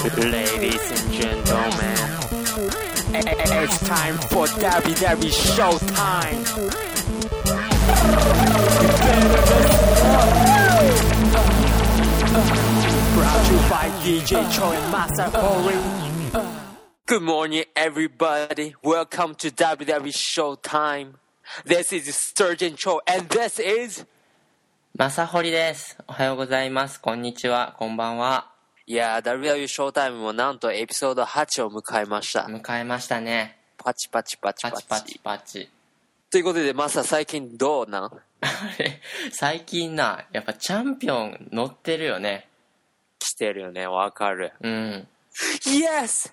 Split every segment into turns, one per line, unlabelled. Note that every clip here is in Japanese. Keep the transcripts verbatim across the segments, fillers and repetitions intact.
Ladies and gentlemen, it's time for ダビダビ Showtime. Brought to you by ディージェー Cho and Masahori. Good morning, everybody. Welcome to ダビダビ Showtime. This is Sturgeon Cho and this is
マサホリです。おはようございます。こんにちは。こんばんは。
いやー ダブリューダブリュー ショータイムもなんとエピソードはちを迎えました。
迎えましたね。
パチパチパチパチ
パチパチパチ。
ということでマサ最近どうなん？
あれ最近なやっぱチャンピオン乗ってるよね。
来てるよね。わかる。
うん。
Yes!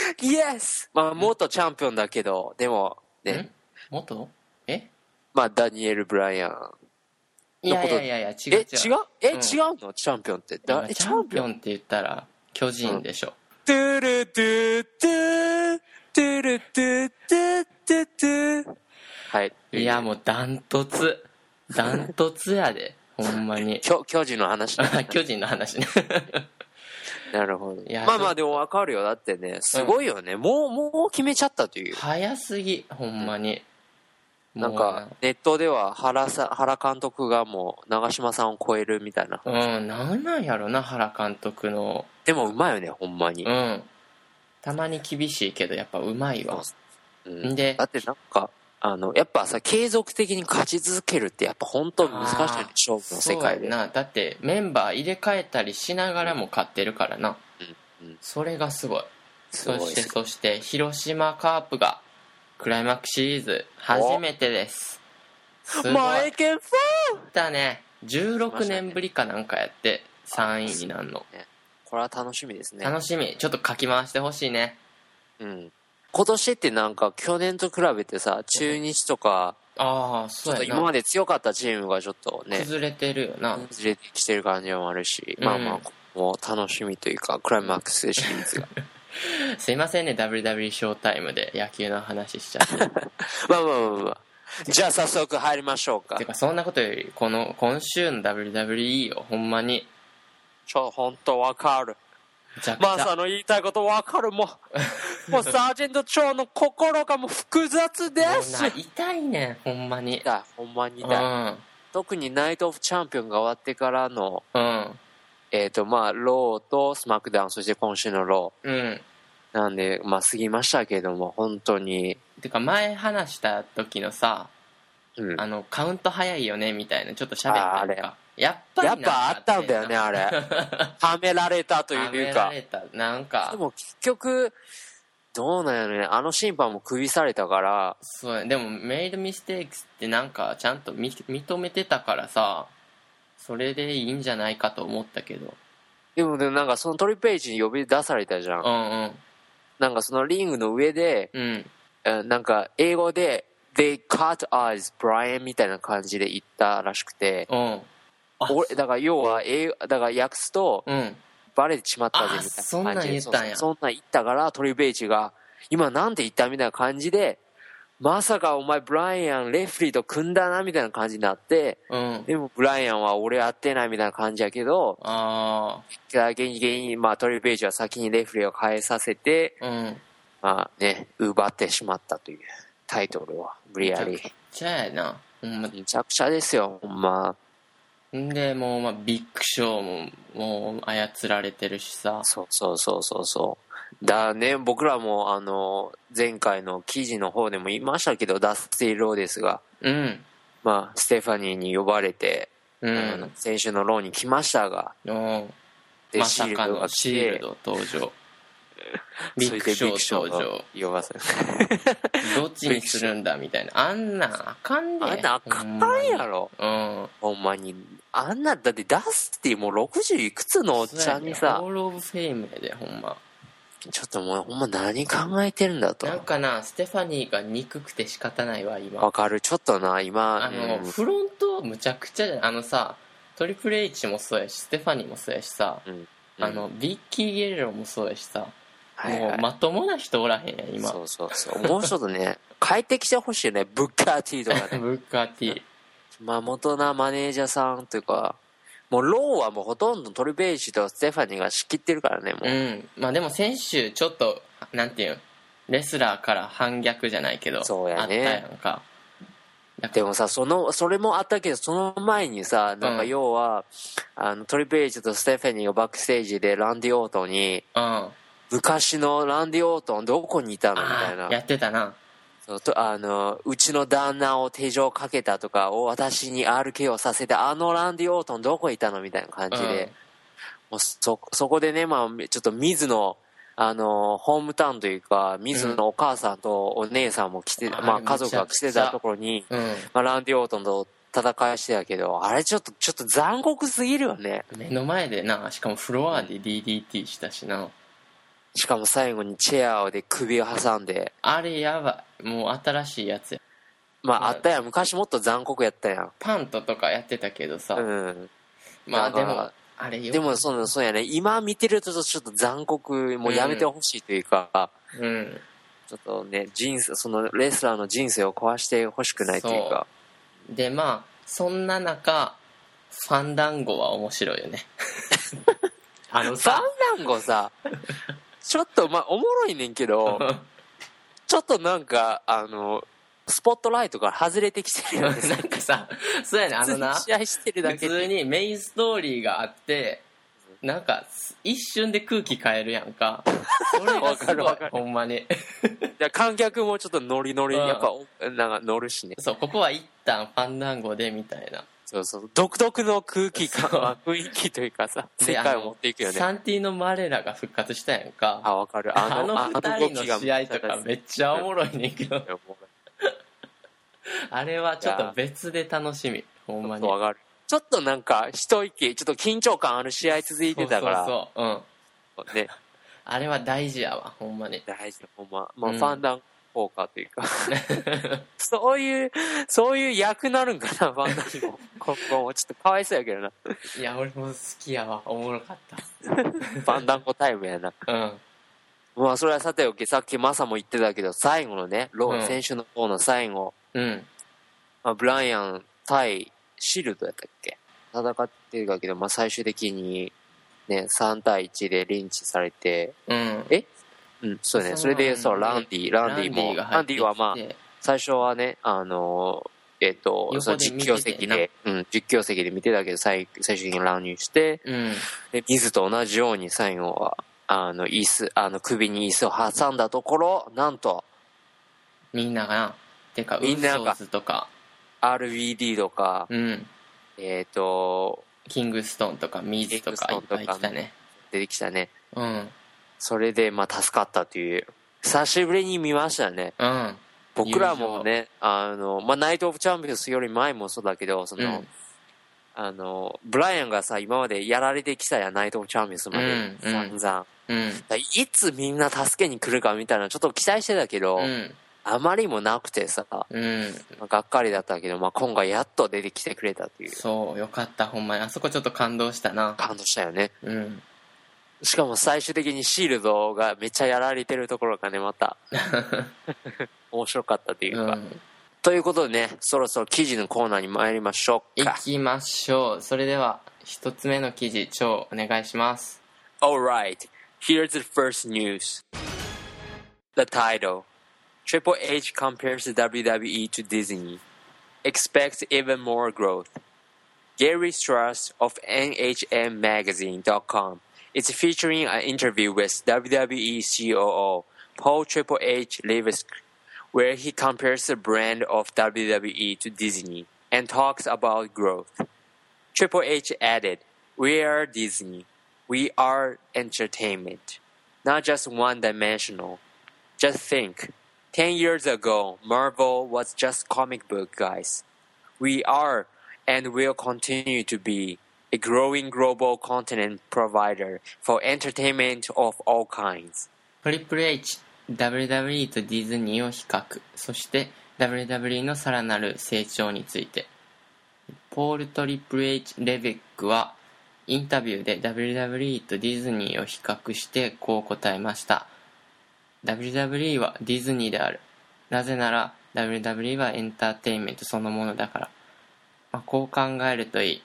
Yes! まあ元チャンピオンだけどでもね。
元？え？
まあダニエル・ブライアン。
いやいやいやいや違う違う。
え違う？え、うん、違うの？チャンピオンって
だチャンピオンって言ったら巨人でしょ。
トゥルトゥトゥトゥルトゥトゥトゥトゥ。はい。
いやもうダントツダントツやでほんまに。
巨巨人の話、ね。
巨人の話ね。
なるほど。まあまあでも分かるよ。だってねすごいよね。うん、もうもう決めちゃったという。
早すぎほんまに。
なんかネットでは原さ原監督がもう長嶋さんを超えるみたいな。
うん、なんなんやろな原監督の。
でもうまいよねほんまに。
うん。たまに厳しいけどやっぱうまいわ。
うん、でだってなんかあのやっぱさ継続的に勝ち続けるってやっぱ本当難しいよね勝負の世界で。
そうやな。だってメンバー入れ替えたりしながらも勝ってるからな。うんうん、それがすごい。
すごい
そしてそして広島カープがクライマックスシリーズ初めてです。
すごいマイケンフォー
だね。じゅうろくねんぶりかなんかやってさんいになるの、
ね、これは楽しみですね。
楽しみ。ちょっとかき回してほしいね。
うん今年ってなんか去年と比べてさ中日とか、
うん、ああそうやな
ちょっと今まで強かったチームがちょっとね
崩れてるよな。
崩れてきてる感じもあるし、うん、まあまあもう楽しみというかクライマックスシリーズが
すいませんね ダブリューダブリュー ショータイムで野球の話しちゃって
まあまあまあまあじゃあ早速入りましょうか。
てかそんなことよりこの今週の ダブリューダブリューイー をほんまに
ちょ本当わかる。マサの言いたいことわかる。もうもうサージェント長の心がもう複雑です。
もうな痛いねんほんまに。
痛いほんまに痛い、うん、特にナイトオフチャンピオンが終わってからの、うん、えっ、ー、とまあローとスマックダウンそして今週のロー、うん、なんでまあ過ぎましたけども本当に
てか前話した時のさ、うん、あのカウント早いよねみたいなちょっと喋ったりとかやっぱり
やっぱあったんだよねあれはめられたというかはめ
られたなんか
でも結局どうなんやろねあの審判も首されたから
そうでもメイドミステイクスってなんかちゃんと認めてたからさそれでいいんじゃないかと思ったけど
でもでもなんかそのトリページに呼び出されたじゃん、うんうん、なんかそのリングの上で、うん、なんか英語で They cut us Brian みたいな感じで言ったらしくて、うん俺だから要は英だから訳すと、うん、バレてしまったぜみたいな感じで
そんなん言ったんや
そんなん言ったからトリベイチが今なんて言ったみたいな感じでまさかお前ブライアンレフリーと組んだなみたいな感じになって、うん、でもブライアンは俺やってないみたいな感じやけどあ原因、まあ、トリベイチは先にレフリーを変えさせて、うんまあね、奪ってしまったというタイトルは無理やり
めちゃくちゃやな
ほんまめちゃくちゃですよほんま
んでもう、まあ、ビッグショーももう操られてるしさ
そうそうそうそうそうだね僕らもあの前回の記事の方でも言いましたけどダスティ・ローデスが、うんまあ、ステファニーに呼ばれて、うん、先週のローに来ましたが、うん、
でまさかのシールド登場ビッグショー登場
呼ばせ
どっちにするんだみたいなあんなんあかんで
あんなんあかんやろ、うん、ほんまにあんなだってダスティもうろくじゅういくつのおっちゃんにさ
ホールオブフェイムやでほんま
ちょっともうほんま何考えてるんだと
なんかなステファニーが憎くて仕方ないわ今
わかるちょっとな今
あの、うん、フロントむちゃくちゃじゃんあのさトリプル H もそうやしステファニーもそうやしさ、うんうん、あのビッキー・ゲレロもそうやしさはいはい、もうまともな人おらへんや今
そうそうそうもうちょっとね帰ってきてほしいよねブッカー T とかね
ブッカー T
まあ元なマネージャーさんというかもうローはもうほとんどトリプル H とステファニーが仕切ってるからね、もう。
うん。まあでも先週ちょっと、なんていうの、レスラーから反逆じゃないけど、
そうやね。
あったやんか。
でもさ、その、それもあったけど、その前にさ、なんか要は、うん、あの、トリプル H とステファニーがバックステージでランディ・オートンに、うん、昔のランディ・オートンどこにいたのみたいな。
やってたな。
そうとあの、うちの旦那を手錠かけたとか、を私に アールケー をさせて、あのランディ・オートンどこにいたのみたいな感じで、うん、もうそ、そこでね、まあ、ちょっと水野、あの、ホームタウンというか、水野のお母さんとお姉さんも来て、うん、まあ家族が来てたところに、うん、まあランディ・オートンと戦いしてたけど、あれちょっと、ちょっと残酷すぎるよね。
目の前でな、しかもフロアで ディーディーティー したしな。
しかも最後にチェアで首を挟んで。
あれやばい。もう新しいやつや。
まあ、まあ、あったやん。昔もっと残酷やったやん。
パントとかやってたけどさ。うん。まあでも、あれよ。
でもその、そうやね。今見てるとちょっと残酷、もうやめてほしいというか、うん。ちょっとね、人生、そのレスラーの人生を壊してほしくないというか。
で、まあ、そんな中、ファンダンゴは面白いよね。
あのさ、ファンダンゴさ、ちょっとまあおもろいねんけど、ちょっとなんか、あの、スポットライトから外れてきてるよね。
なんかさ、そうやね、あのな、
試合してるだけ
普通にメインストーリーがあって、なんか一瞬で空気変えるやんか。それがすごい、ほんまに。
じゃ観客もちょっとノリノリにやっぱ、うん、なんか乗るしね。
そう、ここは一旦ファンダンゴでみたいな。
そうそう、独特の空気感、雰囲気というかさ、世界を持っていくよね。
サンティーノ・マレラが復活したやんか。
あ、わかる。
あの二人の試合とかめっちゃおもろいねんけど。あれはちょっと別で楽しみ、ほんまに。
わかる。ちょっとなんか一息、ちょっと緊張感ある試合続いてたから。
そうそうそう、うん。ね。あれは大事やわ、ほんまに。
大事、ほんま。まあ、うん、ファンダン効果というか。そういう、そういう役なるんかな、ファンダンゴ。今後もちょっとかわいそうやけどな。
いや、俺も好きやわ、おもろかった。
ファンダンゴタイムやな。うん。まあ、それはさておき、さっきマサも言ってたけど、最後のね、ロー、うん、先週の方の最後。うん。まあ、ブライアン対シールドやったっけ戦ってるけど、まあ、最終的にね、さん対いちでリンチされて、うん、えうん、そうね。それで、そう、ランディ、ランディも、ランディはまあ、最初はね、あの、えっと、その実況席で、うん、実況席で見てたけど、最最終的に乱入して、うん、で、水と同じように最後は、あの、椅子、あの、首に椅子を挟んだところ、なんと、
みんなが、てか、みんなが、とか、
アールビーディー とか、うん、えっ、ー、と、
キングストーンとかミーズとかいっぱい来たね。
出てきたね。うん。それで、まあ、助かったという。久しぶりに見ましたね。うん。僕らもね、あの、まあ、ナイト・オブ・チャンピオンズより前もそうだけど、その、うん、あの、ブライアンがさ、今までやられてきたや、ナイト・オブ・チャンピオンズまで、うん、散々。うん。いつみんな助けに来るかみたいな、ちょっと期待してたけど、うん、あまりもなくてさ、うんまあ、がっかりだったけど、まあ、今回やっと出てきてくれたという。
そう、よかった、ほんまに。あそこちょっと感動したな。
感動したよね。うん。しかも最終的にシールドがめっちゃやられてるところがね、また。面白かったというか。うん、ということでね、そろそろ記事のコーナーに参りましょうか。
行きましょう。それでは、一つ目の記事、超お願いします。
Alright, here's the first news. The title.Triple H compares the W W E to Disney. Expects even more growth. Gary Strauss of N H M Magazine dot com is featuring an interview with W W E C O O Paul Triple H Levesque, where he compares the brand of W W E to Disney and talks about growth. Triple H added, "We are Disney. We are entertainment, not just one-dimensional. Just think."Ten years ago, Marvel was just comic book guys. We are, and will continue to be, a growing global content provider for entertainment of all kinds.
トリプル H、ダブリューダブリューイー とディズニーを比較、そして ダブリューダブリューイー のさらなる成長について。ポール・トリプル H レベックは、インタビューで ダブリューダブリューイー とディズニーを比較してこう答えました。ダブリューダブリューイー はディズニーである。なぜなら ダブリューダブリューイー はエンターテインメントそのものだから。まあ、こう考えるといい。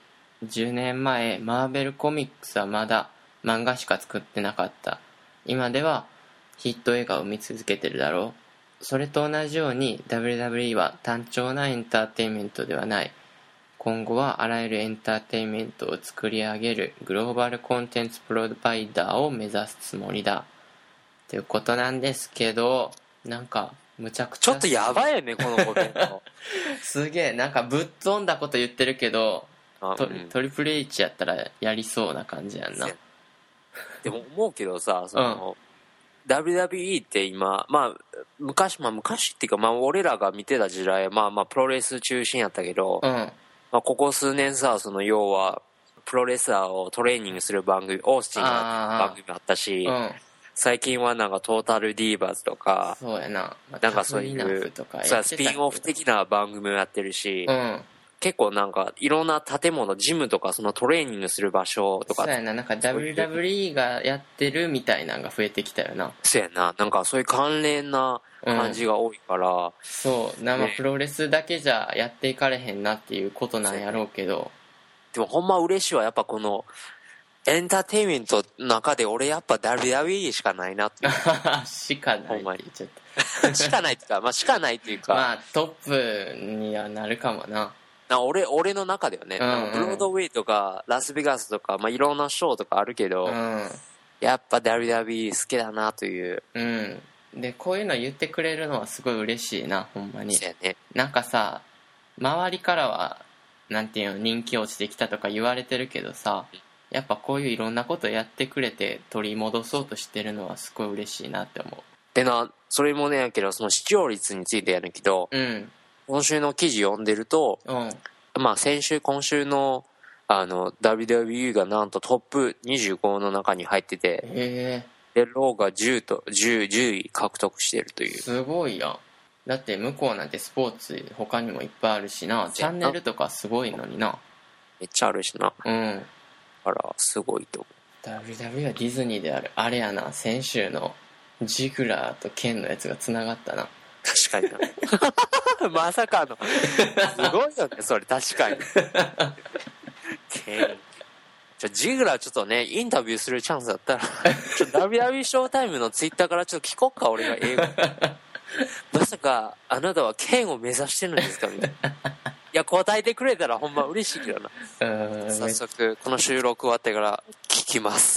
じゅうねんまえマーベルコミックスはまだ漫画しか作ってなかった。今ではヒット映画を生み続けてるだろう。それと同じように ダブリューダブリューイー は単調なエンターテインメントではない。今後はあらゆるエンターテインメントを作り上げるグローバルコンテンツプロバイダーを目指すつもりだということなんですけど、なんかむちゃくちゃ
ちょっとやばいよねこのコメント
すげえなんかぶっ飛んだこと言ってるけど、ト,
あうん、
トリプル H やったらやりそうな感じやんな。
でも思うけどさ、その、うん、ダブリューダブリューイー って今まあ昔まあ昔っていうかまあ俺らが見てた時代まあまあプロレス中心やったけど、
うん
まあ、ここ数年さ、その要はプロレスラーをトレーニングする番組、オースティンが番組あったし、うん、最近はなんかトータルディーバーズとか、
そうやな、
まあ、なんかそういうさスピンオフ的な番組をやってるし、うん、結構なんかいろんな建物、ジムとかそのトレーニングする場所とか、
そうやな、なんか ダブリューダブリューイー がやってるみたいなのが増えてきたよな。
そうやな、なんかそういう関連な感じが多いから、うん、
そう生プロレスだけじゃやっていかれへんなっていうことなんやろうけど、ね、
でもほんま嬉しいわ。やっぱこのエンターテインメントの中で俺やっぱ ダブリューダブリューイー しかないなっていう
しかないって言っちゃった
しかないっていうかまあしかないっていうか
まあトップにはなるかもな。
な俺俺の中ではね、うんうん、ブロードウェイとかラスベガスとか、まあ、いろんなショーとかあるけど、うん、やっぱ ダブリューダブリューイー 好きだなという、
うんでこういうの言ってくれるのはすごい嬉しいな、ほんまに。
そうやね。
なんかさ周りからはなんていうの人気落ちてきたとか言われてるけどさ、やっぱこういういろんなことやってくれて取り戻そうとしてるのはすごい嬉しいなって思う。
でな、それもねやけどその視聴率についてやるけど、うん、今週の記事読んでると、うん、まあ先週今週のあの ダブリューダブリューイー がなんとトップにじゅうごの中に入ってて、
へー
でローがじゅうとじゅう、じゅうい獲得してるという。
すごいやん。だって向こうなんてスポーツ他にもいっぱいあるしな、チャンネルとかすごいのにな。
めっちゃあるしな。
うん
あらすごいと思う。
ダブリューダブリューイー はディズニーである。あれやな、先週のジグラーとケンのやつがつながったな。
確かになまさかのすごいよねそれ。確かにケンじゃジグラーちょっとねインタビューするチャンスだったらちょっと ダブリューダブリューイー ショータイムのツイッターからちょっと聞こっか俺が英語まさかあなたはケンを目指してるんですかみたいな。いや答えてくれたらほんま嬉しいけどな。早速この収録終わってから聞きます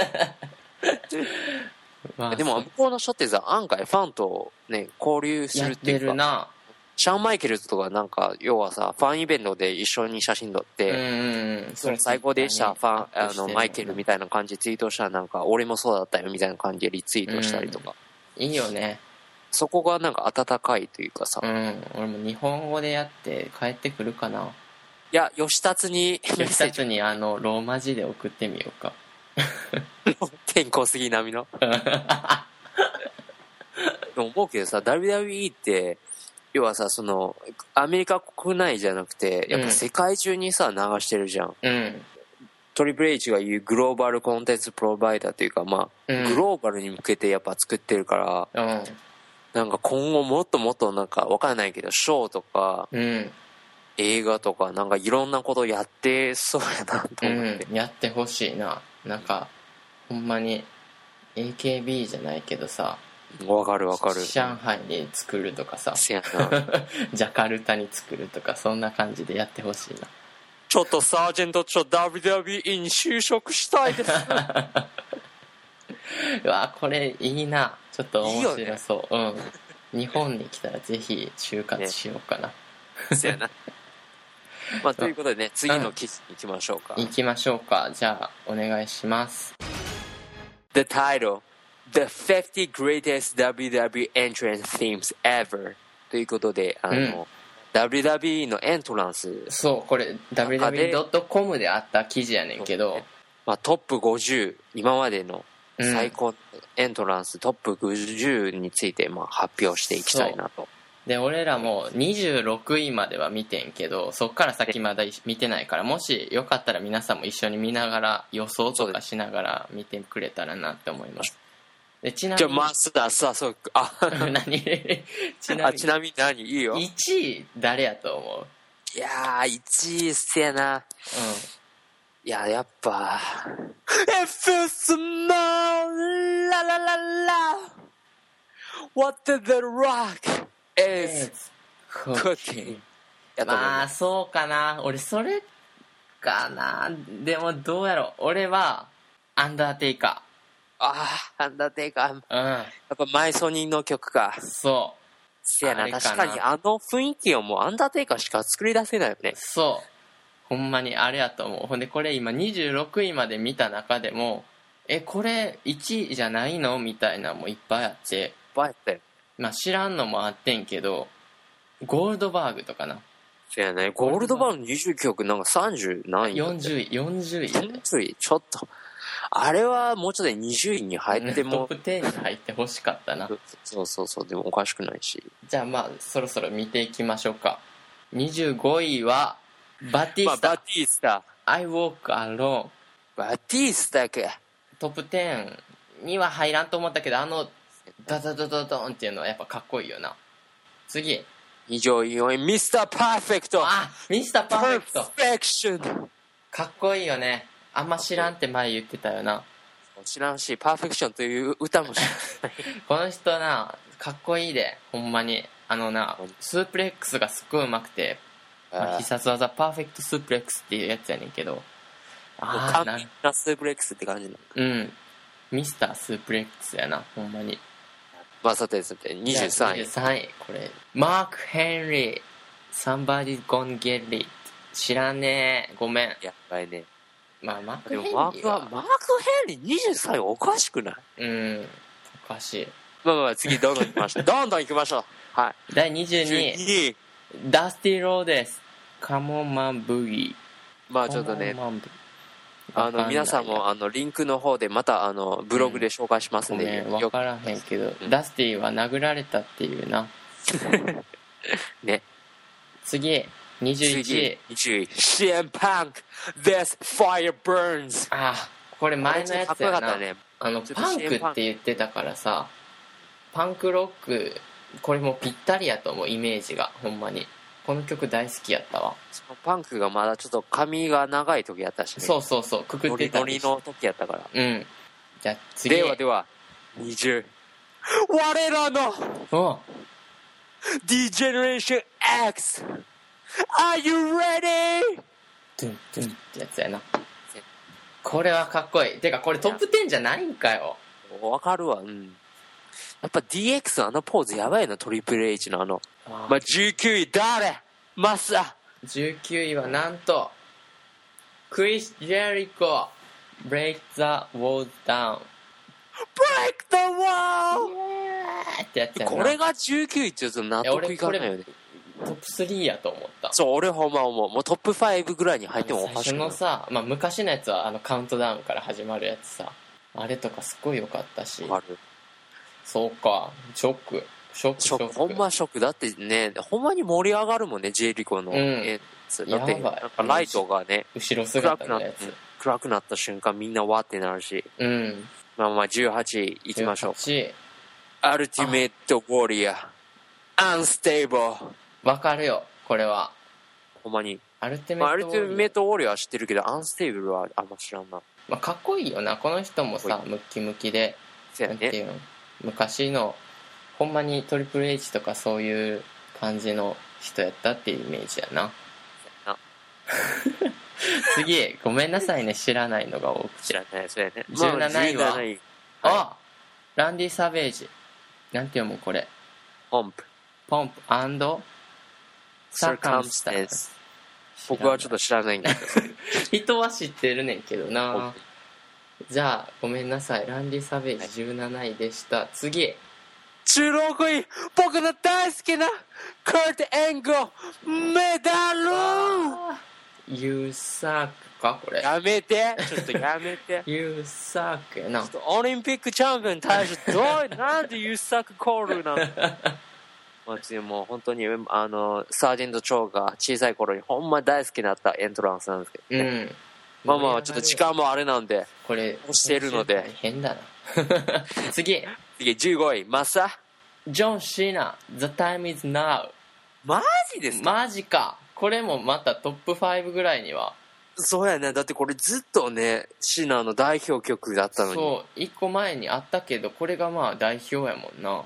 まあ、でも向こうの人ってさ案外ファンとね交流するっていうか、やってるな。シャーン・マイケルズとかなんか要はさファンイベントで一緒に写真撮って、うんそれ最高でしたファンあのマイケルみたいな感じでツイートしたらなんか俺もそうだったよみたいな感じでリツイートしたりとか、
いいよね。
そこがなんか温かいというかさ、
うん、俺も日本語でやって帰ってくるかな。
いや吉達に
吉達にあのローマ字で送ってみようか
天候すぎ並みのでも思うけどさ ダブリューダブリューイー って要はさそのアメリカ国内じゃなくてやっぱ世界中にさ流してるじゃん、うん、トリプル H が言うグローバルコンテンツプロバイダーというかまあ、うん、グローバルに向けてやっぱ作ってるから、うん、なんか今後もっともっとなんかわかんないけどショーとか、うん、映画とかなんかいろんなことやってそうやなと思って、
うん、やってほしいな。なんかほんまに エーケービー じゃないけどさ、
わかるわかる、
上海に作るとかさ
せやな
ジャカルタに作るとかそんな感じでやってほしいな。
ちょっとサージェントちょ ダブリューダブリューイー に就職したいです
うわこれいいな、ちょっと面白そう。いいよね、うん、日本に来たらぜひ就活しようかな、ね、
せやなまあということでね次の記事に行きましょうか。
行きましょうか。じゃあお願いします。
The title The fifty greatest ダブリューダブリュー entrance themes ever ということであの、うん、ダブリューダブリューイー のエントランス、
そうこれ ダブリューダブリュードットコム であった記事やねんけど、
まあ、トップごじゅう今までの最高エントランス、うん、トップごじゅうについてまあ発表していきたいなと。
で俺らもにじゅうろくいまでは見てんけどそっから先まだ見てないから、もしよかったら皆さんも一緒に見ながら予想とかしながら見てくれたらなって思います。でちなみに
じゃあマスターさそうあ
何
ちなみにあちなみに何いいよ
いちい誰やと思う？
いやーいちいせやな、 いや、やっぱ、If you smell la la la la what the rock is cooking やと思い
まあ
ます。
そうかな、俺それかな。でもどうやろう、俺はアンダーテイカ
ああ、アンダーテイカー。
ー。うん。
やっぱマイソニーの曲か。
そう。
せやな、
あれかな
確かにあの雰囲気をもうアンダーテイカーしか作り出せないよね。
そう。ほんまにあれやと思う。ほんでこれ今にじゅうろくいまで見た中でも、え、これいちいじゃないのみたいなのもいっぱいあって。
バイって。
まあ知らんのもあってんけど、ゴールドバーグとかな。
せやね、ゴールドバーグのにじゅうきゅうきょくなんかさんじゅう何位
よんじゅうい、よんじゅうい。
よんじゅうい、ちょっと。あれはもうちょっとでにじゅういに入っても。
トップじゅうに入ってほしかったな。
そうそうそう、でもおかしくないし。
じゃあまあそろそろ見ていきましょうか。にじゅうごいはバティスタ、
まあ、バティスタ
I Walk Alone。
バティスタか。
トップじゅうには入らんと思ったけど、あのダダダダドンっていうのはやっぱかっこいいよな。次
にじゅうよんいミスターパーフェクト。
あ、ミスターパーフェクト。
パーフェクション。
かっこいいよね。あんま知らんって前言ってたよな。
知らんし、パーフェクションという歌も知らない
この人な、かっこいいで、ほんまに。あのな、スープレックスがすっごいうまくて、まあ、必殺技パーフェクトスープレックスっていうやつやねんけど、
ああ、完璧なスープレックスって感じな。
うん。ミスタースープレックスやな、ほんまに。
まあ、さてさて、にじゅうさんい。
にじゅうさんい、これ。マーク・ヘンリー、Somebody Gonna Get It。知らねえ、ごめん。
やっぱりね。
まあ、マーク・
で
ヘンリーは。
もマークは、マーク・ヘンリーにじゅうさんいおかしくない？
うん、おかしい。
まあまあ、次どんどん行きましょう。どんどん行きましょう。はい。
だいにじゅうにい、ダスティ・ローデス、Come on Man Boogie。
まあちょっとね、あの皆さんもあのリンクの方でまたあのブログで紹介しますんで、
うん、分からへんけど、うん、ダスティは殴られたっていうな
ね。
次にじゅういちい、
にじゅうい シーエム パンク This Fire Burns。
あ、これ前のやつやな、
ね、
あのパンクって言ってたからさ、パンクロック、これもぴったりやと思う、イメージが。ほんまにこの曲大好きやったわ。
そのパンクがまだちょっと髪が長い時やったしね。
そうそうそう、くくってたり
ノリノリの時やったから。
うん。じゃあ次。
ではではにじゅう我らの
お
D-Generation X Are you ready?
トゥントゥンってやつやな。これはかっこいい。てかこれトップじゅうじゃないんかよ。
わかるわ。うん。やっぱ ディーエックス のあのポーズやばいな、トリプル H のあの。あまあ、じゅうきゅうい誰マスター。
じゅうきゅういはなんとクリス・ジェリコ Break the Walls Down。
Break the wall
ってやつやな。
これがじゅうきゅういって言うと納得いかないよね。
トップスリーやと思った。
そう、俺ほんま思う。もうトップファイブぐらいに入ってもおかしくない。
最初のさ、まあ、昔のやつはあのカウントダウンから始まるやつさ、あれとかすごい良かったし。
ある。
そうか、ショックショックショック、
ほんまショックだってね、ほんまに盛り上がるもんね、ジェリコのやつ、うん、だってなんかライトがね、
後ろ姿のやつ
暗くなった瞬間みんなわってなるし、
うん、
まあまあじゅうはちいいきましょう。
じゅうはちい、
アルティメットウォリアーアンステーブル。
わかるよこれは。
ほんまに
アルティメットウォリアー、まあ、
アルティメットウォリアーは知ってるけどアンステーブルはあんま知らんな。
まあ、かっこいいよな、この人もさ、ムッキムキで、
そうやね、
なんていうの、昔のほんまにトリプル H とかそういう感じの人やったっていうイメージやな。次、ごめんなさいね、知らないのが多くて。
知らない、そうやね。
じゅうなないは、
じゅうなない、
あ、はい、ランディ・サベージ。なんて読むこれ。
ポンプ。
ポンプ&サーカムスタンス。
僕はちょっと知らないんだけど。
人は知ってるねんけどな。じゃあ、ごめんなさい。ランディ・サベージじゅうなないでした。次。
じゅうろくい、僕の大好きなカート・エンゴメダル。
You suck かこれ。
やめて、ちょっとやめて。
You suck やな。
オリンピックチャンピオンに対してどうなんで You suck コールなの。まあ、もう本当にあのサージェント・チョーが小さい頃にほんま大好きだったエントランスなんですけど、ね、うん、まあまあちょっと時間もあれなんで
これ
押してるので
大変だな。次
次じゅうごいマサ
ジョン・シーナ The time is now。
マジですか。
マジか。これもまたトップファイブぐらいには
そうやね。だってこれずっとねシナの代表曲だったのに。
そういっこまえにあったけどこれがまあ代表やもんな。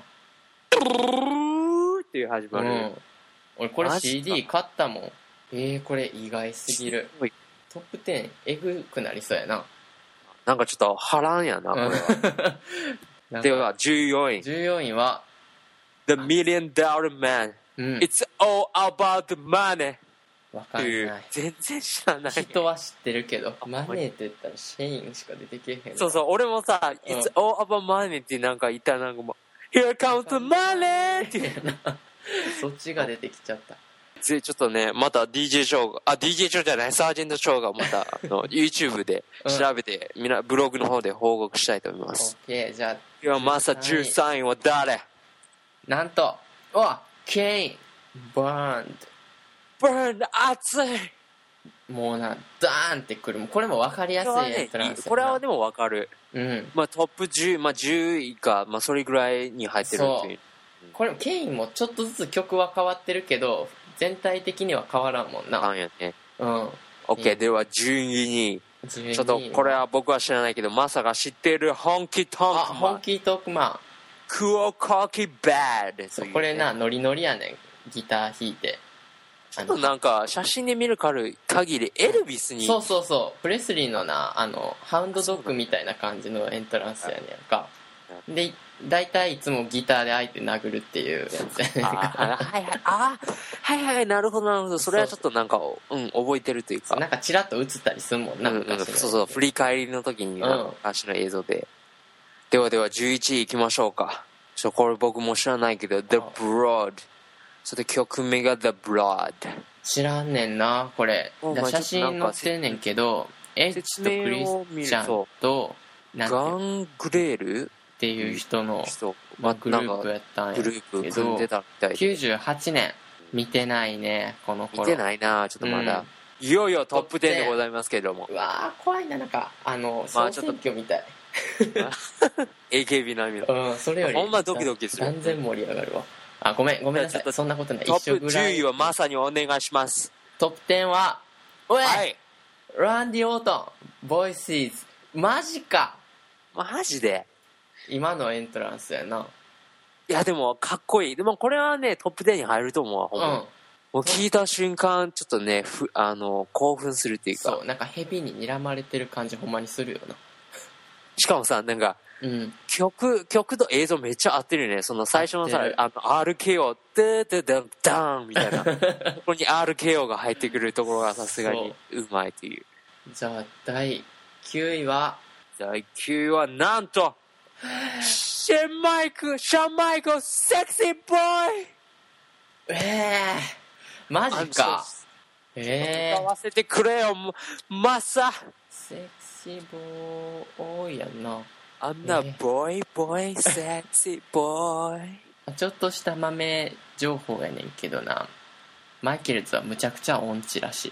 っていう始まる、うん、
俺これ シーディー 買ったもん。えー、これ意外すぎる。トップじゅうえぐくなりそうやな。
なんかちょっと波乱やなこれは。ではじゅうよんい。
じゅうよんいは
The Million Dollar Man、うん、It's all about the money。
わかんない。
全然知らない。
人は知ってるけどマネーって言ったらシェインしか出てけへん。
そうそう俺もさ、うん、It's all about money ってなんか言ったらなんかもう Here comes the money っていう
そっちが出てきちゃった。
ちょっとねまた ディージェー ショーがあ ディージェー ショーじゃないサージェントショーがまたあの YouTube で調べて、うん、みんなブログの方で報告したいと思います。
OK じゃあ
今日マサじゅうさんいは誰？
なんとおケインバーン
バーン熱い。
もうなダーンってくる。もうこれも分かりやすいエントランス。
これはでも分かる。うんまあトップじゅうまあじゅういかまあそれぐらいに入ってるっていう。
これもケインもちょっとずつ曲は変わってるけど全体的には変わらんもんな。
変わんやね。うん OK では順位にちょっとこれは僕は知らないけどマサが知ってるホンキートークマン。
ホンキートークマン
クオコキバード、
ね、これなノリノリやねんギター弾いて。
ちょっとなんか写真で見る限りエルビスに
そうそうそうプレスリーのなあのハウンドドッグみたいな感じのエントランスやねんか。で大体いつもギターで相手殴るっていうやつやねんか。
あはいはいあはいはいなるほどなるほど。それはちょっとなんかうん覚えてるというか
なんかチラッと映ったりするもんな、うんうん、
そうそう振り返りの時に昔の映像で、うん、ではではじゅういちいいきましょうか。ちょこれ僕も知らないけど The Broad。それで曲名が The Blood。
知らんねんなこれ。写真載ってんねんけどエッジとクリスチャンと
ガングレール
っていう人の、まあ、グループやったんやけどきゅうじゅうはちねん見てないねこの頃。
見てないなちょっとまだ、うん、いよいよトップじゅうでございますけれども。
うわー怖いななんかあの総選挙みたい。
エーケービー 並みの、
うん、それより
ほんまドキドキする。
断然盛り上がるわ。あごめんごめんなさいそんなことない。
トップじゅういはまさにお願いします。
トップじゅうはおい、
はい、
ランディ・オートンボイシーズ。マジか
マジで
今のエントランスやな。
いやでもかっこいい。でもこれはねトップじゅうに入ると思うわほんま、うん、もう聞いた瞬間ちょっとねふあの興奮するっていうか。
そうなんかヘビに睨まれてる感じほんまにするよな。
しかもさなんか、うん、曲曲と映像めっちゃ合ってるよね。その最初のさあの アールケーオー ダダダダーンみたいなここに アールケーオー が入ってくるところがさすがにうまいという。
じゃあだいきゅういは
だいきゅういはなんとシェンマイクシャンマイクセクシーボーイ。
ええー、マジか。
ええー、歌わせてくれよマサ。
セクシーボーイやんな。
あんなボーイボーイセクシーボーイ。
ちょっとした豆情報やねんけどなマイケルズはむちゃくちゃ音痴らしい。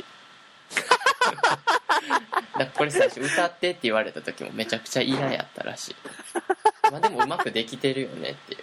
だこれ最初歌ってって言われた時もめちゃくちゃ嫌やったらしい。まあでもうまくできてるよねっていう。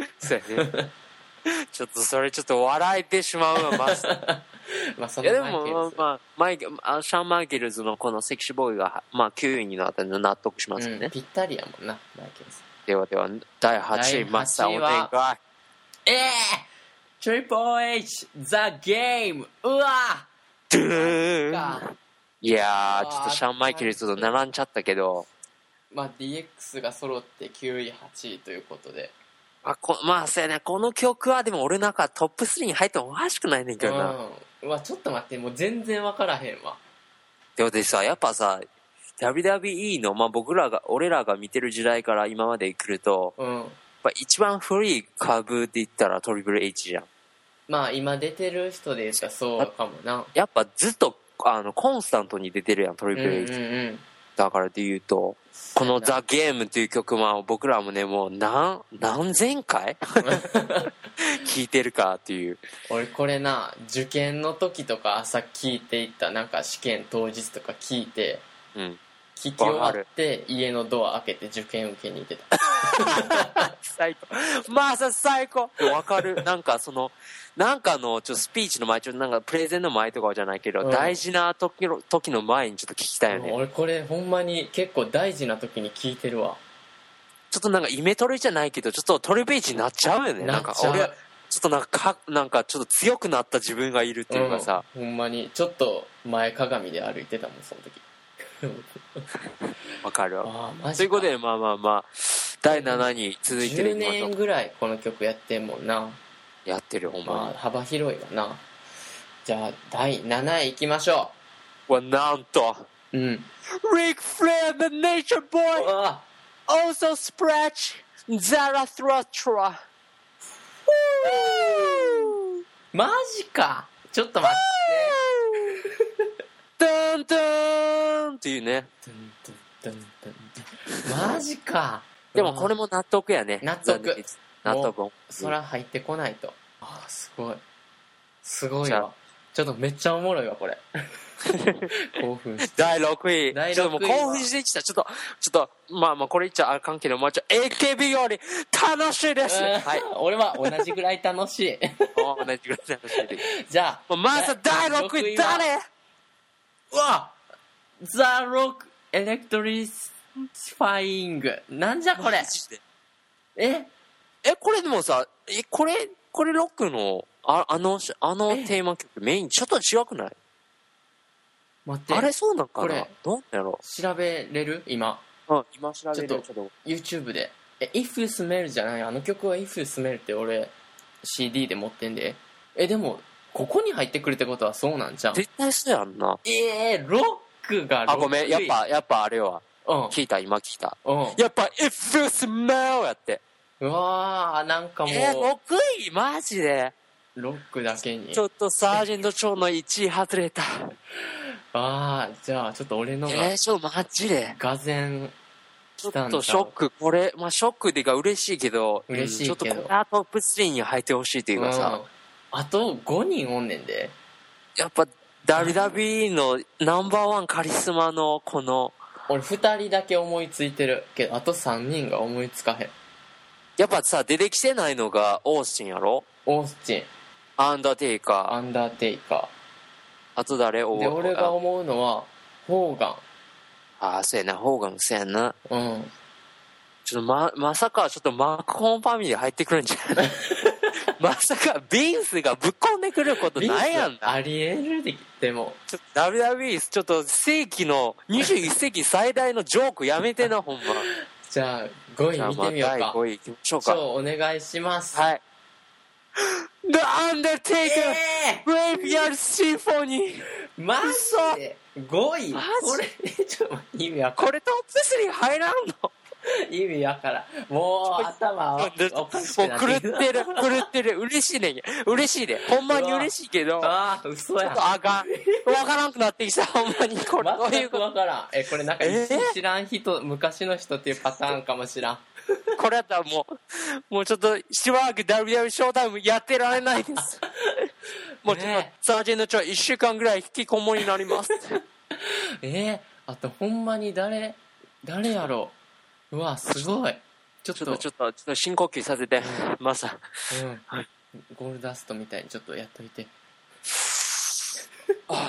そうやね。ちょっとそれちょっと笑えてしまうわマス。まあそのいやでもまあマイケあシャン・マイケルズのこのセクシーボーイがまあきゅういになったの納得しますよね、うん、
ぴったりやもんなマイケルズ。
ではではだいはちいマスターお願い。
ええー、トリプル H ザ・ゲーム。うわ
ドゥーン。いやーちょっとシャン・マイケルズと並んじゃったけど
まあ ディーエックス が揃ってきゅういはちいということで
あこまあそうやねこの曲はでも俺なんかトップスリーに入ってもおかしくないねんけどな。
うん、うわちょっと待ってもう全然分からへんわ。
でもでさやっぱさ ダブリューダブリューイー の、まあ、僕らが俺らが見てる時代から今まで来ると、うん、やっぱ一番古い株って言ったらトリプル H じゃん。
まあ今出てる人で言ったらそうかもな。
やっぱずっとあのコンスタントに出てるやんトリプル H、うんうんうん、だからで言うとこの「ザ・ゲーム」っていう曲は僕らもねもう何何千回聴いてるかっていう。
俺これな受験の時とか朝聴いていったなんか試験当日とか聴いて、うん、 聞き終わって家のドア開けて受験受けに行ってた
最高。まあさ最高。わかる。なんかそのなんかのちょっとスピーチの前、ちょっとなんかプレゼンの前とかじゃないけど、うん、大事な時の時の前にちょっと聞きたいよね、
うん、俺これほんまに結構大事な時に聞いてるわ。
ちょっとなんかイメトレじゃないけどちょっとトリベージになっちゃうよね。なんか俺ちょっとなんかかなんかちょっと強くなった自分がいるっていうかさ、
うん、ほんまにちょっと前かがみで歩いてたもんその時
わかるわ。ということでまあまあまあだいななに続いてる。
じゅうねんぐらいこの曲やってんもんな。
やってるほんまに、まあ、
幅広いわな。じゃあだいなない行きましょ
う。わなんと
うん
Ric Flair the Nature Boy also Scratch Zarathustra。
マジか。ちょっと待って
ドンドンっていうね。
ドンドンドンドンマジか。
でもこれも納得やね。
納得。
納得。
そら入ってこないと。ああすごい。すごいわ。ちょっとめっちゃおもろいわこれ。興奮して。
だいろくい。
だいろくい。
ちょっともう興奮してきた。ちょっとちょっとまあまあこれ言っちゃあかんけど、まあちょ エーケービー より楽しいです。はい。
俺は同じぐらい楽しい。
同じぐらい楽しいです。
じゃあ
まずだいろくい誰？
うわ。ザ・ロック・エレクトリスファイング。なんじゃこれ。え
えこれでもさえこれこれロックのああのあのテーマ曲メインちょっと違くない？
待って
あれそうなんかな。
これ
どうやろう。
調べれる今。
うん今調べる。
ちょっと YouTube でえ If You Smell じゃないあの曲は If You Smell って俺 シーディー で持ってんで。えでもここに入ってくるってことはそうなんじゃん。
絶対そうやんな。
えー、ロックがロック。
あごめんやっぱやっぱあれは、うん、聞いた今聞いた、うん、やっぱ If You Smell やって。
うわーなんかもう
えー、ろくいマジで
ロックだけに
ちょっとサージェント長のいちい外れた。
ああじゃあちょっと俺のが
えー、ちょっとマジで
がぜん
ちょっとショック。これまあショックでか嬉しいけど
嬉しいけど、
うん、ちょっとこれはトップスリーに入ってほしいっていうかさ、
うん、あとごにんおんねんで。
やっぱ ダブリューダブリューイー のナンバーワンカリスマのこの
俺ふたりだけ思いついてるけどあとさんにんが思いつかへん。
やっぱさ出てきてないのがオースティンやろ。
オースティン
アンダーテイカー
アンダーテイカー
あと誰？で
俺が思うのはホーガン。
ああそうやなホーガンそうやな。
うん
ちょっとままさかちょっとマーク・ホーンファミリー入ってくるんじゃないまさかビンスがぶっこんでくることないやんな。
ありえるで。でも
ちょっと ダブリューダブリューイー ちょっと世紀のにじゅういっ世紀最大のジョークやめてなほんま。
じゃあごい見てみようか。
だいごいいきましょうか。
お願いします。
はい。The Undertaker、えー、Graveyard Symphony。
マジでごい。これちょっと意味わからん。
これトップスリー入らんの？
意味わからん。もう頭はおかしくなって
る。もう狂ってる狂ってる。嬉しいね。嬉しいで。ほんまに嬉しいけど。
ああ嘘や。
ちょっとあかん。わからんくなってきた。ほんまにこれ。
全くわからん。えこれなんか知らん人、昔の人っていうパターンかもしらん。
これやったらもうもうちょっとしばらく ダブリューダブリューイー ショータイムやってられないです。もうちょっとサージェント長いっしゅうかんぐらい引きこもりになります。
えー、あとほんまに誰誰やろう。うわすごい。ちょっと
ちょっとちょっとちょっと深呼吸させて、うん、マサ、
うん、はい、ゴールダストみたいにちょっとやっといて。オ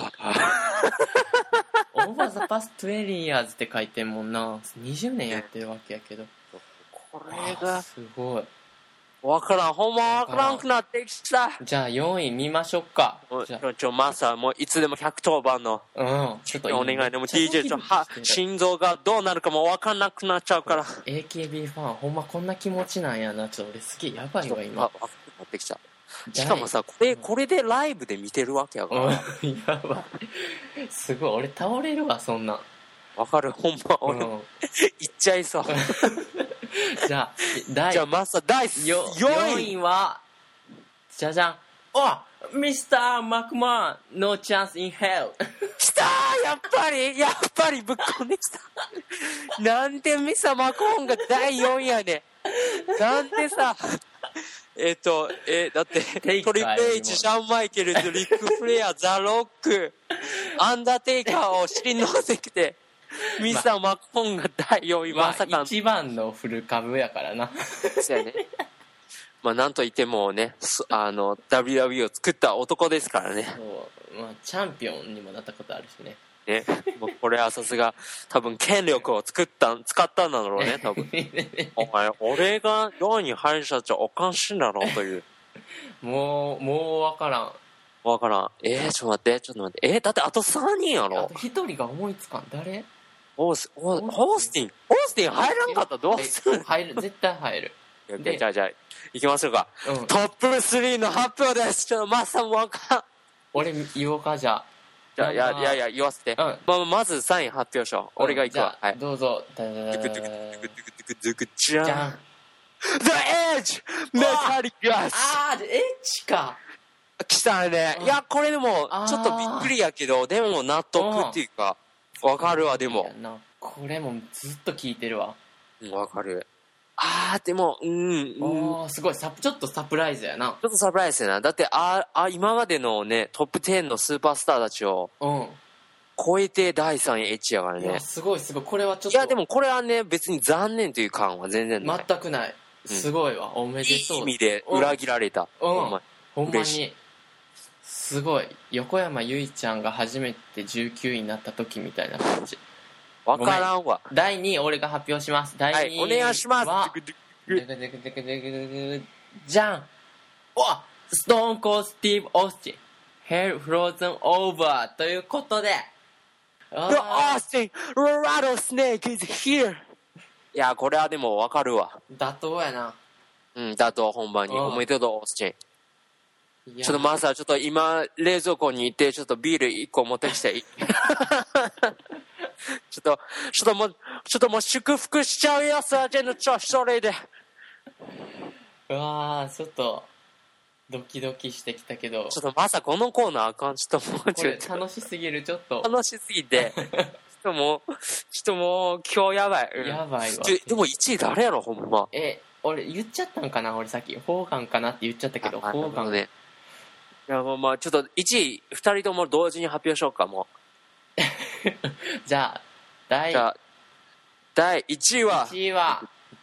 ーバーザパストにじゅうイヤーズって書いてんもんな。にじゅうねんやってるわけやけど。
これが
すごい。
わからん。ほんまわからんくなってきた。
じゃあよんい見ましょうか。
ちょちょマサもういつでもひゃくとおばんの。
うん。ちょっと
お願いでも ディージェー ちょは心臓がどうなるかもわかんなくなっちゃうから。
エーケービー ファンほんまこんな気持ちなんやな。ちょっと俺すげえやばいわ今。
あ、わかってきた。しかもさこれこれでライブで見てるわけやから。
やばい。すごい俺倒れるわそんな。
わかるほんま俺、うん、いっちゃいそう。
じゃあ第
じゃあマサ第よんい
はじゃじゃん。おミスターマクマン No Chance in Hell。
きたーやっぱりやっぱりぶっこんできた。なんでミスターマクマンがだいよんいやねん。なんでさえっとえー、だってトリプル H シャンマイケルとリック・フレアザ・ロックアンダーテイカーを尻に乗せてミスターマコーンがだいよんい、まさか、
まあ、一番のフル株やからな。
そうやね。まあなんといってもね、あの ダブリューダブリュー を作った男ですからね。
そう、まあチャンピオンにもなったことあるしね。
ね、もうこれはさすが多分権力を作った使ったんだろうね、多分。お前俺がよんいに入る人たちはおかしいんだろうという。
もうもうわからん。
わからん。えー、ちょっと待ってちょっと待って。えー、だってあとさんにんやろ。
あとひとりが思いつかん。誰？
オースオーホースティンホースティン入らんかったらどうする？
入る、絶対入る。
でじゃあじゃあ行きましょうか、うん、トップスリーの発表です。ちょっとマスターもわかん。
俺言おうか。じゃあ
じゃあいやいやいや言わせて、うん、まあ、まずさんい発表しよう、うん、俺が行くわ、
はい、どうぞ。
じゃん The Edge メタリカス。
あーエッジか
来たね。いやこれでもちょっとびっくりやけどでも納得っていうかわかるわ。でも
これもずっと聞いてるわ。
わかる。あーでもうん、
うん、すごいサちょっとサプライズやな。
ちょっとサプライズやな。だってああ今までのねトップじゅうのスーパースターたちを超えてだいさんいエッジやからね。
いやすごいすごい。これはちょっと
いやでもこれはね別に残念という感は全然ない。
全くない。すごいわ、うん、おめでとう。
いい意味で裏切られた、
うん、ほんまほんまにすごい。横山由依ちゃんが初めてじゅうきゅういになった時みたいな感じ。
わからんわ。
だいにい俺が発表します。だいにいは、
はい、お願いします。
じゃん。わストーンコールスティーブ・オースティン Hell Frozen Over ということで
The Austin Rattlesnake is here。 いやこれはでもわかるわ。
妥当やな。
うん妥当。ほんまにおめでとうオースティン。ちょっとマスターちょっと今冷蔵庫に行ってちょっとビールいっこ持ってきていい？ちょっとちょっともうちょっともう祝福しちゃうよサージェントちょそれで。
うわーちょっとドキドキしてきたけど。
ちょっとマスターこのコーナーあかん。ちょっともうちょっと
楽しすぎる。ちょっと
楽しすぎてちょっともうちょっともう今日やばい、
うん、やばいわ。
でもいちい誰やろほんま。
え俺言っちゃったんかな。俺さっきホーガンかなって言っちゃったけど。ホーガンね。
いやまあまあちょっといちいふたりとも同時に発表しようか。もう
じゃあ第
じゃあだいいちいはい
ちいは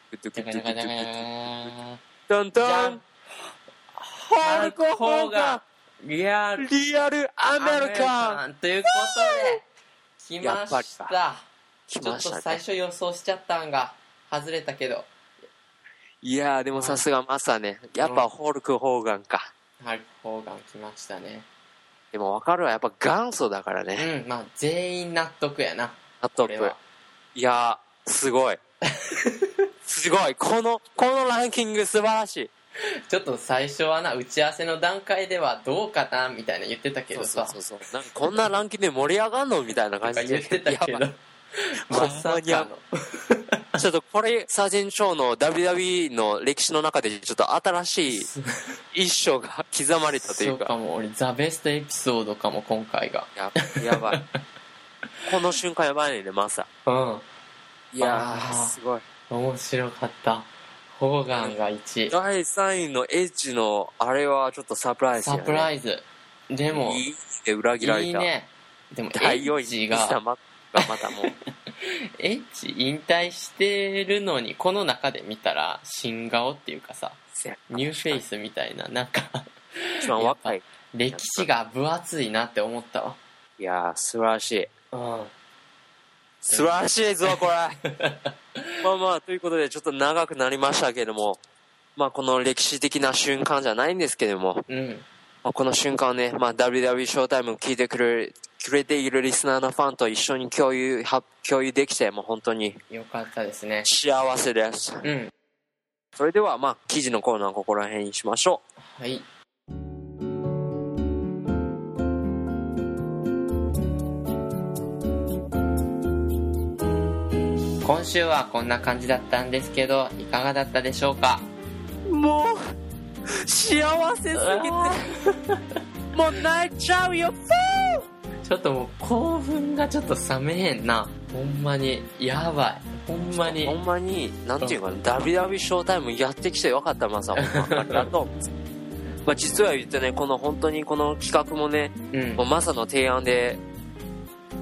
ドンドンハルク・ホーガン
リアル
リアルアメリカン
ということで来ました。
来ましたね。
ちょっと最初予想しちゃったんが外れたけど。
いやでもさすがマサね。やっぱホルク・ホーガンか。
ハルク・ホーガン来ましたね。
でも分かるわ。やっぱ元祖だからね。
うんまあ全員納得やな。
納得。いやすごいすごい。このこのランキング素晴らしい。
ちょっと最初はな打ち合わせの段階ではどうかなみたいな言ってたけどさ。
そうそうそうそう。なんかこんなランキングで盛り上がんのみたいな感じで
言ってたけど
ほんまにちょっとこれサージェントショーの ダブリューダブリュー の歴史の中でちょっと新しい一章が刻まれたというか。
そうかも。俺ザベストエピソードかも今回が。
や, やばいこの瞬間やばいねマサ。
うん
いやーすごい
面白かった。ホーガンがいちい。
だいさんいのエッジのあれはちょっとサプライズやね。
サプライズ。でも
いいで裏切られた。
いいね。でもエッジが
またもう
エッジ引退してるのにこの中で見たら新顔っていうかさニューフェイスみたいななんか
一番若い
歴史が分厚いなって思ったわ。
いやー素晴らしい。
うん
素晴らしいぞこれまあまあということでちょっと長くなりましたけども、まあこの歴史的な瞬間じゃないんですけども、
うん
まあ、この瞬間をね、まあ、ダブリューダブリュー ショータイムを聞いてくれくれているリスナーのファンと一緒に共有は共有できてもう本当に
よかったですね。
幸せです。
うん。
それではまあ記事のコーナーはここら辺にしましょ
う。はい。今週はこんな感じだったんですけどいかがだったでしょうか。
もう幸せすぎてもう泣いちゃうよ。
ちょっともう興奮がちょっと冷めへんな。ほんまにやばい。ほんまに
ほんまになんていうかな、ダブリューダブリュー ショータイムやってきてよかった。マサほんまありがとうまあ実は言ってねこの本当にこの企画もね、うん、もうマサの提案で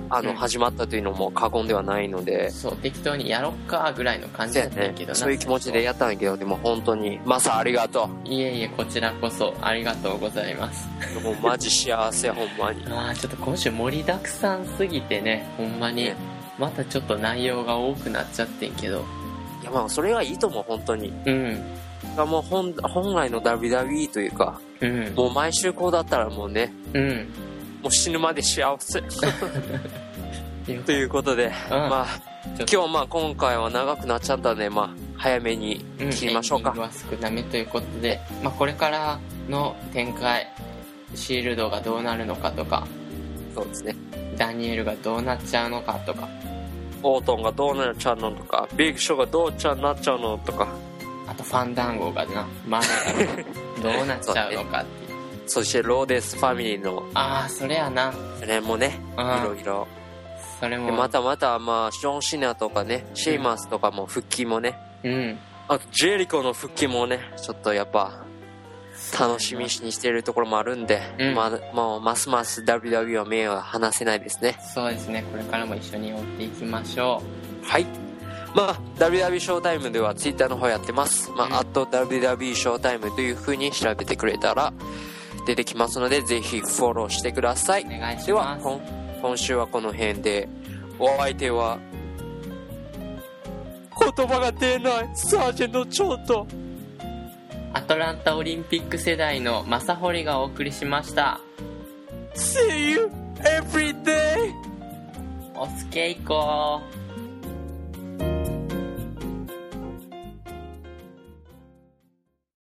あの、うん、始まったというのも過言ではないので、
そう適当にやろっかぐらいの感じだったんやけどな、
そういう気持ちでやったんやけど、でも本当にマサありがと
う。いえいえ、こちらこそありがとうございます。
もうマジ幸せほんまに。
ああ、ちょっと今週盛りだくさんすぎてね、ほんまに、ね、またちょっと内容が多くなっちゃってんけど、
いやまあそれはいいと思う本当に。
うん。
もう 本, 本来の ダブリューダブリューイー というか、うん、もう毎週こうだったらもうね、うん、もう死ぬまで幸せということで、うん、まあ今日はまあ今回は長くなっちゃったんで、まあ早めに切りましょうか。
エンディングは少なめということで、まあ、これからの展開、シールドがどうなるのかとか、
そうですね、
ダニエルがどうなっちゃうのかとか、
オートンがどうなっちゃうのとか、ビッグショーがどうちゃなっちゃうのとか、
あとファンダンゴがな、マナがどうなっちゃうのかっていう。
そしてローデスファミリーの、
ああそれやな、
それもね、いろいろ、
それも
またまた、まあジョン・シナとかね、シェイマスとかも復帰もね、うん、あとジェリコの復帰もね、ちょっとやっぱ楽しみにしているところもあるんで、うん、まあ、もうますます ダブリューダブリュー は目を離せないですね。
そうですね、これからも一緒に追っていきましょ
う。はい、まあ ダブリューダブリュー ショータイムではツイッターの方やってます。まあ、うん、アット ダブリューダブリュー ショータイムという風に調べてくれたら出てきますので、ぜひフォローしてください。
お願いします。
では今週はこの辺で、お相手は言葉が出ないサージェントチョート、
アトランタオリンピック世代の正堀がお送りしました。
See you every day。
おつけいこう。